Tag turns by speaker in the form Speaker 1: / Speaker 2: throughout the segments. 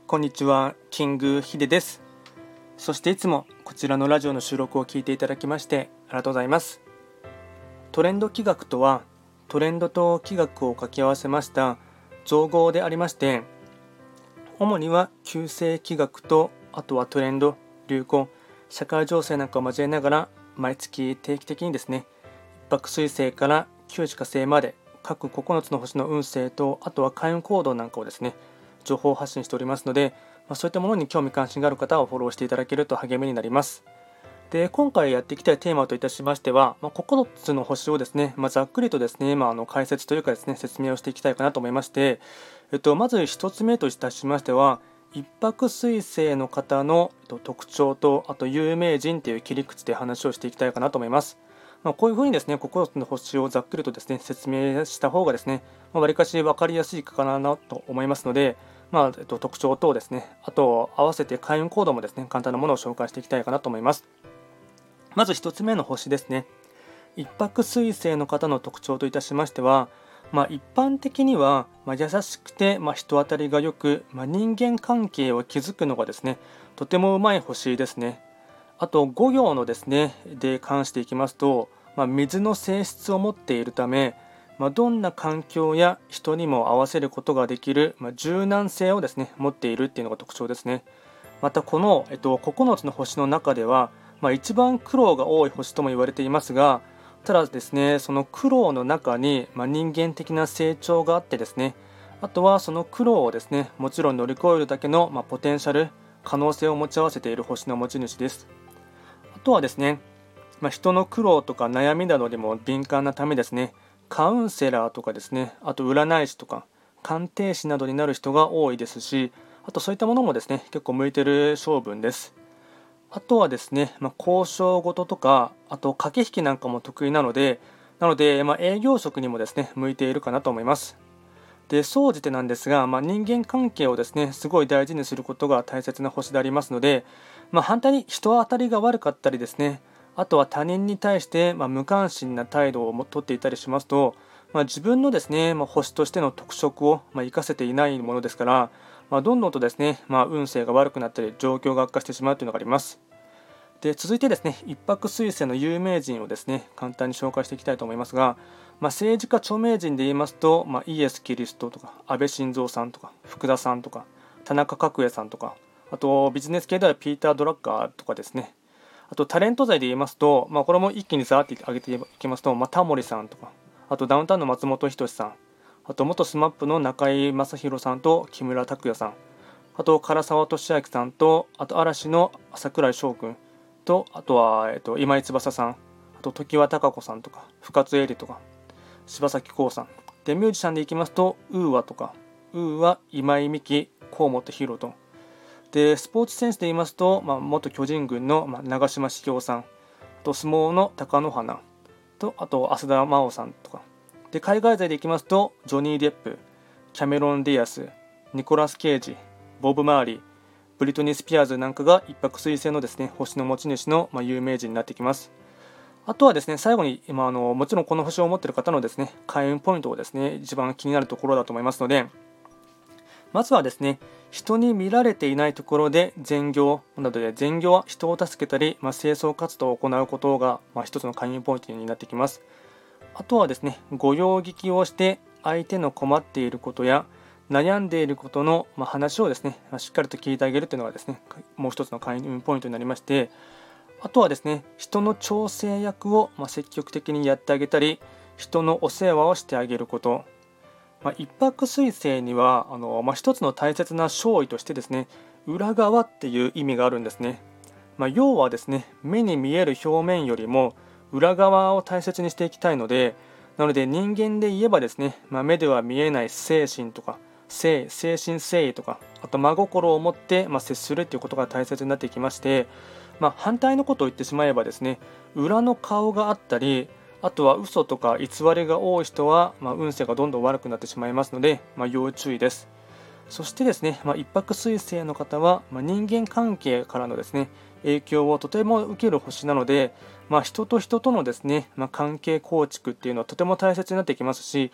Speaker 1: こんにちは、キングヒデです。そしていつもこちらのラジオの収録を聞いていただきましてありがとうございます。トレンド企画とは、トレンドと企画を掛け合わせました造語でありまして、主には旧世企画と、あとはトレンド、流行、社会情勢なんかを交えながら、毎月定期的にですね、一泊水星から九死火星まで各9つの星の運勢と、あとは開運行動なんかをですね、情報発信しておりますので、そういったものに興味関心がある方はフォローしていただけると励みになります。で、今回やっていきたいテーマといたしましては、9つの星をですね、ざっくりとですね、解説というかですね、説明をしていきたいかなと思いまして、まず1つ目といたしましては、一泊水星の方の特徴と、あと有名人という切り口で話をしていきたいかなと思います。こういうふうにですね、9つの星をざっくりとですね、説明した方がですね、わりかし分かりやすいかなと思いますので、特徴等ですね、あと合わせて開運行動もですね、簡単なものを紹介していきたいかなと思います。まず1つ目の星ですね。一泊水星の方の特徴といたしましては、一般的には優しくて人当たりが良く、人間関係を築くのがですね、とてもうまい星ですね。あと5行のですねで関していきますと、水の性質を持っているため、どんな環境や人にも合わせることができる、柔軟性をですね持っているっていうのが特徴ですね。またこの、9つの星の中では、一番苦労が多い星とも言われていますが、ただですね、その苦労の中に、人間的な成長があってですね、あとはその苦労をですね、もちろん乗り越えるだけの、ポテンシャル、可能性を持ち合わせている星の持ち主です。あとはですね、人の苦労とか悩みなどにも敏感なためですね、カウンセラーとかですね、あと占い師とか鑑定士などになる人が多いですし、あとそういったものもですね、結構向いてる性分です。あとはですね、交渉事とか、あと駆け引きなんかも得意なので、営業職にもですね、向いているかなと思います。で、総じてなんですが、人間関係をですね、すごい大事にすることが大切な星でありますので、反対に人当たりが悪かったりですね、あとは他人に対して、無関心な態度をとっていたりしますと、自分のですね、星としての特色を、活かせていないものですから、どんどんとですね、運勢が悪くなったり、状況が悪化してしまうというのがあります。で、続いてですね、一泊水星の有名人をですね、簡単に紹介していきたいと思いますが、政治家著名人で言いますと、イエス・キリストとか、安倍晋三さんとか、福田さんとか、田中角栄さんとか、あとビジネス系ではピーター・ドラッカーとかですね、あとタレント財で言いますと、これも一気にザーって上げていきますと、タモリさんとか、あとダウンタウンの松本人志さん、あと元スマップの中居正広さんと木村拓哉さん、あと唐沢寿明さんと、あと嵐の櫻井翔くんと、あとは、今井翼さん、あと常盤貴子さんとか、深津絵里とか、柴咲コウさん。で、ミュージシャンでいきますと、ウーアとか、ウーア、今井美樹、河本大翔。で、スポーツ選手で言いますと、元巨人軍の、長嶋茂雄さん、あと相撲の貴乃花と、あと浅田真央さんとか。で、海外勢でいきますと、ジョニー・デップ、キャメロン・ディアス、ニコラス・ケイジ、ボブ・マーリー、ブリトニー・スピアーズなんかが一泊水星のですね、星の持ち主の、有名人になってきます。あとはですね、最後にもちろんこの星を持っている方のですね、開運ポイントをですね、一番気になるところだと思いますので、まずはですね、人に見られていないところで善行などで、善行は人を助けたり、清掃活動を行うことが、一つの開運ポイントになってきます。あとはですね、御用聞きをして相手の困っていることや悩んでいることの話をですね、しっかりと聞いてあげるというのがですね、もう一つの開運ポイントになりまして、あとはですね、人の調整役を積極的にやってあげたり、人のお世話をしてあげること、一泊水星には一つの大切な勝意としてですね、裏側っていう意味があるんですね。要はですね、目に見える表面よりも裏側を大切にしていきたいので、なので人間で言えばですね、目では見えない精神とか精神誠意とか、あと真心を持って、接するということが大切になってきまして、反対のことを言ってしまえばですね、裏の顔があったり、あとは嘘とか偽りが多い人は、運勢がどんどん悪くなってしまいますので、要注意です。そしてですね、一泊水星の方は、人間関係からのですね、影響をとても受ける星なので、人と人とのですね、関係構築っていうのはとても大切になってきますし、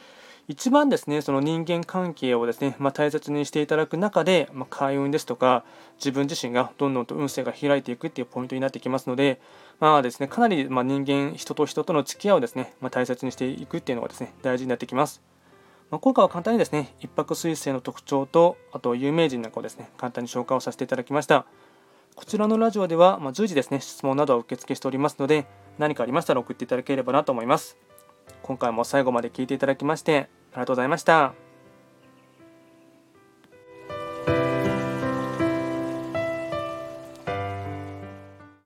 Speaker 1: 一番ですね、その人間関係をですね、大切にしていただく中で、開運ですとか、自分自身がどんどんと運勢が開いていくっていうポイントになってきますので、ですね、かなり人間、人と人との付き合いをですね、大切にしていくっていうのがですね、大事になってきます。今回は簡単にですね、一泊水星の特徴と、あと有名人なんかをですね、簡単に紹介をさせていただきました。こちらのラジオでは、随時ですね、質問などを受付しておりますので、何かありましたら送っていただければなと思います。今回も最後まで聞いていただきまして、ありがとうございました。